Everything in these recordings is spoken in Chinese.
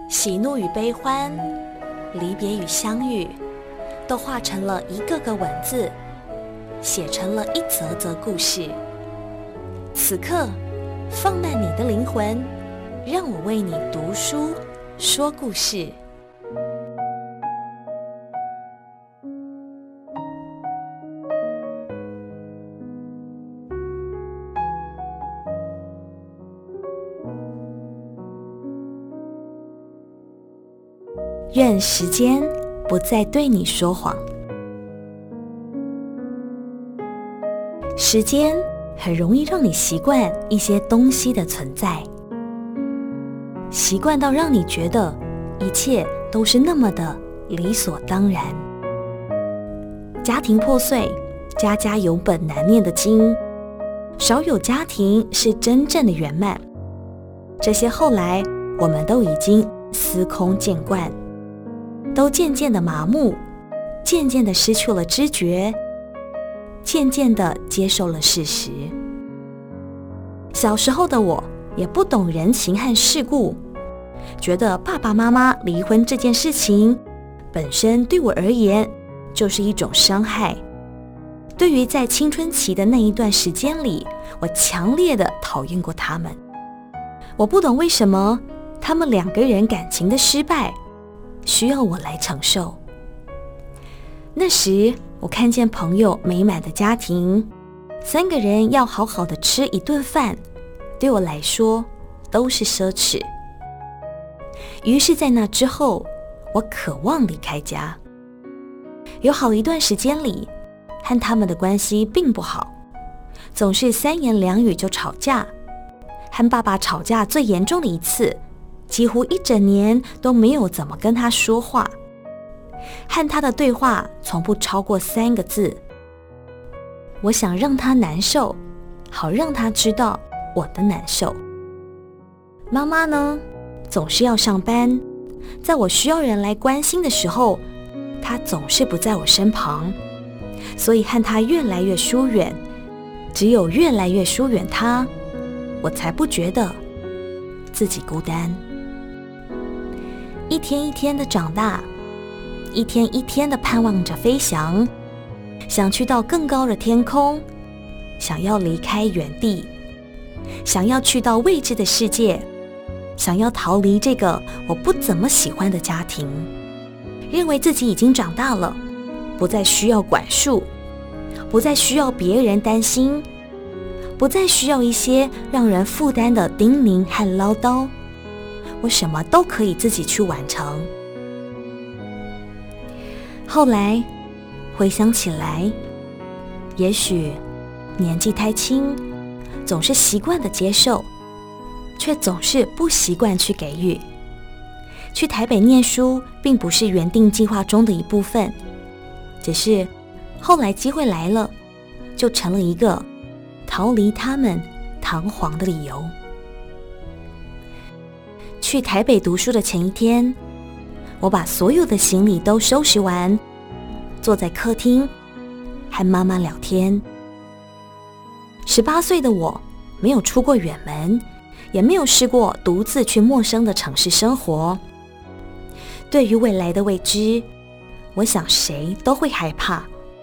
喜怒与悲欢，离别与相遇，都化成了一个个文字，写成了一则则故事。此刻，放慢你的灵魂，让我为你读书，说故事。愿时间不再对你说谎。时间很容易让你习惯一些东西的存在，习惯到让你觉得一切都是那么的理所当然。家庭破碎，家家有本难念的经，少有家庭是真正的圆满。这些后来我们都已经司空见惯，都渐渐的麻木，渐渐的失去了知觉，渐渐的接受了事实。小时候的我也不懂人情和世故，觉得爸爸妈妈离婚这件事情本身对我而言就是一种伤害。对于在青春期的那一段时间里，我强烈的讨厌过他们。我不懂为什么他们两个人感情的失败需要我来承受。那时我看见朋友美满的家庭，3个人要好好的吃一顿饭，对我来说都是奢侈。于是在那之后，我渴望离开家。有好一段时间里，和他们的关系并不好，总是3言2语就吵架。和爸爸吵架最严重的一次，几乎1整年都没有怎么跟他说话，和他的对话从不超过3个字。我想让他难受，好让他知道我的难受。妈妈呢，总是要上班，在我需要人来关心的时候，她总是不在我身旁，所以和她越来越疏远。只有越来越疏远她，我才不觉得自己孤单。一天一天的长大，一天一天的盼望着飞翔，想去到更高的天空，想要离开原地，想要去到未知的世界，想要逃离这个我不怎么喜欢的家庭，认为自己已经长大了，不再需要管束，不再需要别人担心，不再需要一些让人负担的叮咛和唠叨，我什么都可以自己去完成。后来回想起来，也许年纪太轻，总是习惯的接受，却总是不习惯去给予。去台北念书并不是原定计划中的一部分，只是后来机会来了，就成了一个逃离他们堂皇的理由。去台北读书的前一天，我把所有的行李都收拾完，坐在客厅和妈妈聊天。18岁的我没有出过远门，也没有试过独自去陌生的城市生活。对于未来的未知，我想谁都会害怕。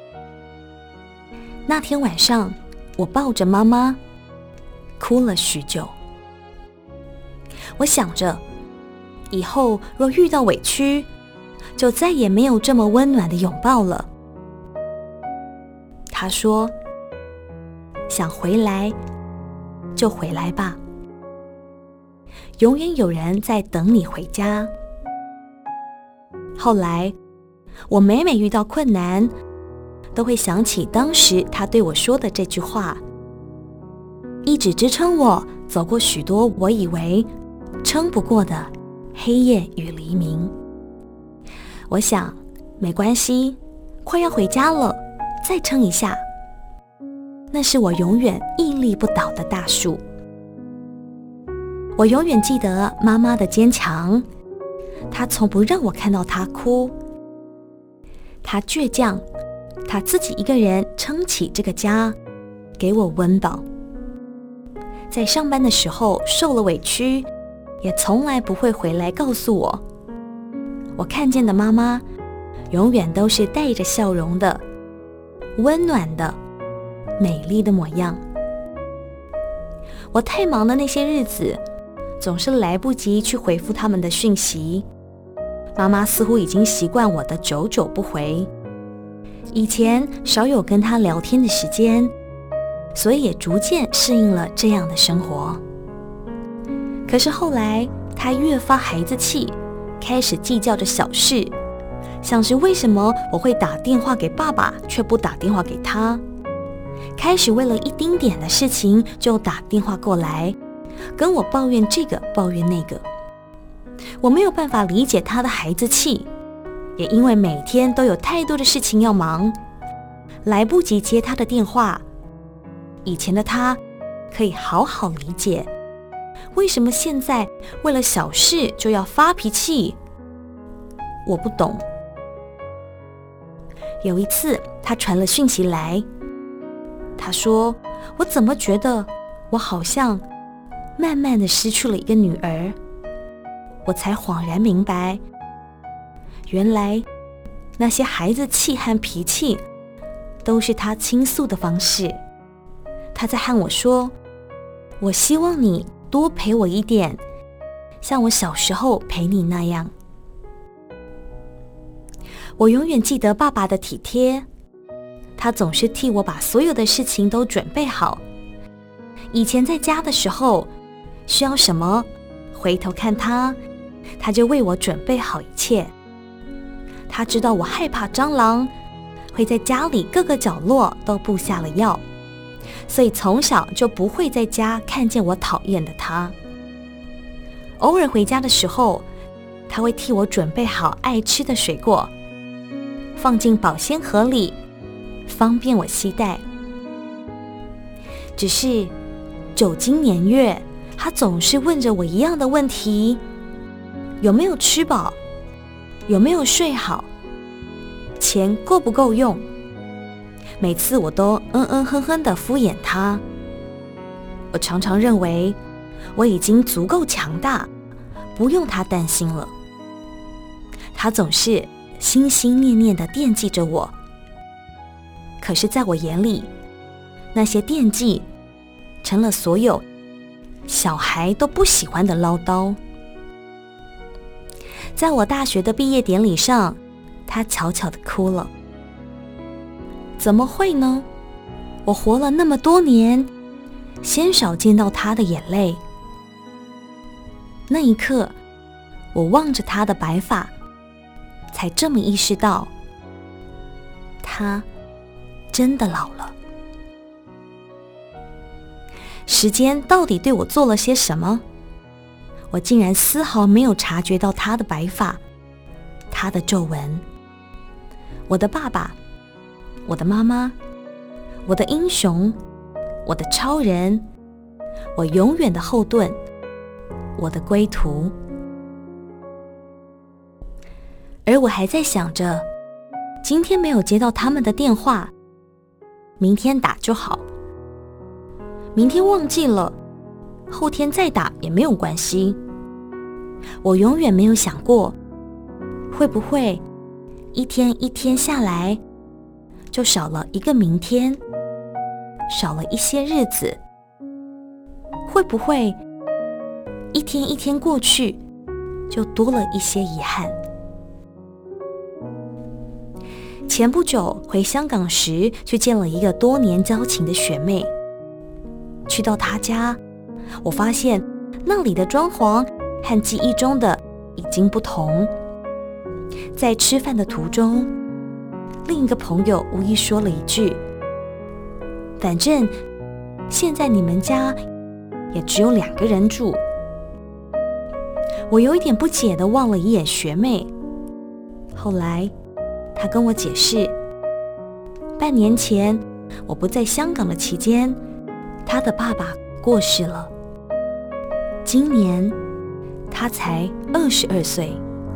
那天晚上，我抱着妈妈哭了许久。我想着，以后若遇到委屈，就再也没有这么温暖的拥抱了。她说，想回来就回来吧，永远有人在等你回家。后来我每遇到困难，都会想起当时她对我说的这句话，一直支撑我走过许多我以为撑不过的黑夜与黎明。我想没关系，快要回家了，再撑一下。那是我永远屹立不倒的大树。我永远记得妈妈的坚强，她从不让我看到她哭。她倔强，她自己一个人撑起这个家，给我温饱。在上班的时候受了委屈， 也从来不会回来告诉我。我看见的妈妈永远都是带着笑容的、温暖的、美丽的模样。我太忙的那些日子，总是来不及去回复他们的讯息。妈妈似乎已经习惯我的久久不回，以前少有跟她聊天的时间，所以也逐渐适应了这样的生活。可是后来，她越发孩子气，开始计较着小事，像是为什么我会打电话给爸爸，却不打电话给他，开始为了一丁点的事情就打电话过来，跟我抱怨这个抱怨那个。我没有办法理解他的孩子气，也因为每天都有太多的事情要忙，来不及接他的电话。以前的他可以好好理解，为什么现在为了小事就要发脾气？我不懂。有一次，他传了讯息来，他说：“我怎么觉得我好像慢慢的失去了一个女儿？”我才恍然明白，原来那些孩子气和脾气都是他倾诉的方式。他在和我说：“我希望你多陪我一点，像我小时候陪你那样。”我永远记得爸爸的体贴，他总是替我把所有的事情都准备好。以前在家的时候，需要什么，回头看他就为我准备好一切。他知道我害怕蟑螂，会在家里各个角落都布下了药，所以从小就不会在家看见我讨厌的他。偶尔回家的时候，他会替我准备好爱吃的水果，放进保鲜盒里，方便我携带。只是久经年月，他总是问着我一样的问题：有没有吃饱？有没有睡好？钱够不够用？每次我都哼哼地敷衍他。我常常认为我已经足够强大，不用他担心了。他总是心心念念地惦记着我，可是在我眼里，那些惦记成了所有小孩都不喜欢的唠叨。在我大学的毕业典礼上，他悄悄地哭了。怎么会呢？我活了那么多年，鲜少见到他的眼泪。那一刻，我望着他的白发，才这么意识到，他真的老了。时间到底对我做了些什么？我竟然丝毫没有察觉到他的白发，他的皱纹。我的爸爸，我的妈妈，我的英雄，我的超人，我永远的后盾，我的归途。而我还在想着，今天没有接到他们的电话，明天打就好。明天忘记了，后天再打也没有关系。我永远没有想过，会不会一天一天下来，就少了一个明天，少了一些日子。会不会一天一天过去，就多了一些遗憾。前不久回香港时，去见了一个多年交情的学妹。去到她家，我发现那里的装潢和记忆中的已经不同。在吃饭的途中，另一个朋友无意说了一句：“反正现在你们家也只有2个人住。”我有一点不解地望了一眼学妹。后来她跟我解释，半年前我不在香港的期间，她的爸爸过世了。今年她才22岁。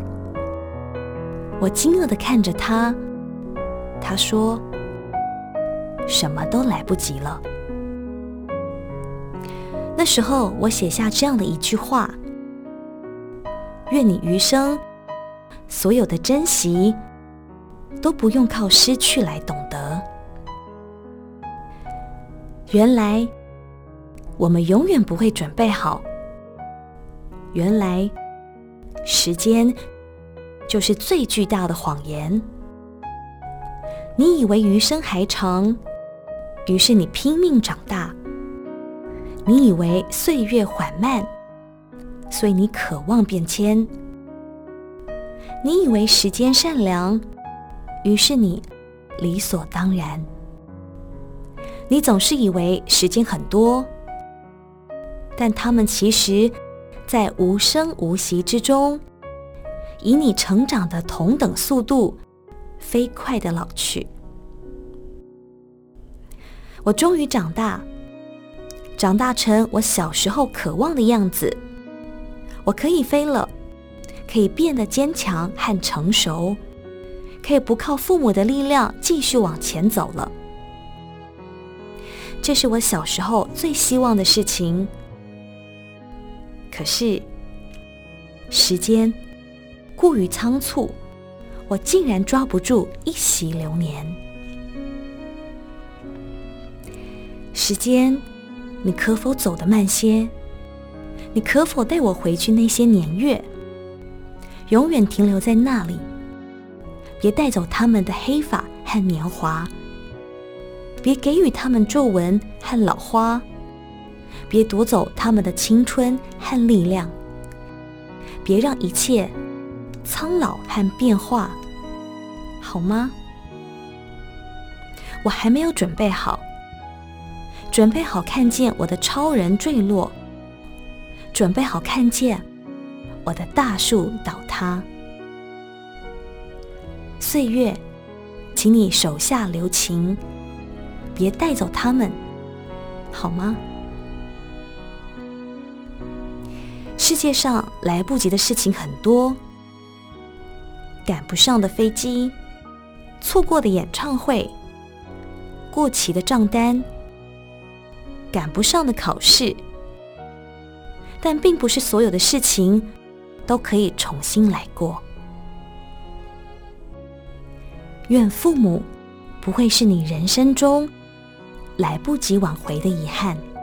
我惊愕地看着她，她说：“什么都来不及了。”那时候我写下这样的一句话： 愿你余生所有的珍惜都不用靠失去来懂得。原来我们永远不会准备好，原来时间就是最巨大的谎言。你以为余生还长，于是你拼命长大。你以为岁月缓慢，所以你渴望变迁。你以为时间善良，于是你理所当然。你总是以为时间很多，但它们其实在无声无息之中，以你成长的同等速度飞快地老去。我终于长大，长大成我小时候渴望的样子。我可以飞了，可以变得坚强和成熟，可以不靠父母的力量继续往前走了。这是我小时候最希望的事情。可是时间过于仓促，我竟然抓不住一袭流年。时间，你可否走得慢些？你可否带我回去那些年月，永远停留在那里？别带走他们的黑发和年华，别给予他们皱纹和老花，别夺走他们的青春和力量，别让一切苍老和变化，好吗？我还没有准备好，准备好看见我的超人坠落，准备好看见我的大树倒塌。岁月，请你手下留情，别带走他们，好吗？世界上来不及的事情很多，赶不上的飞机，错过的演唱会，过期的账单，赶不上的考试，但并不是所有的事情都可以重新来过。愿父母不会是你人生中来不及挽回的遗憾。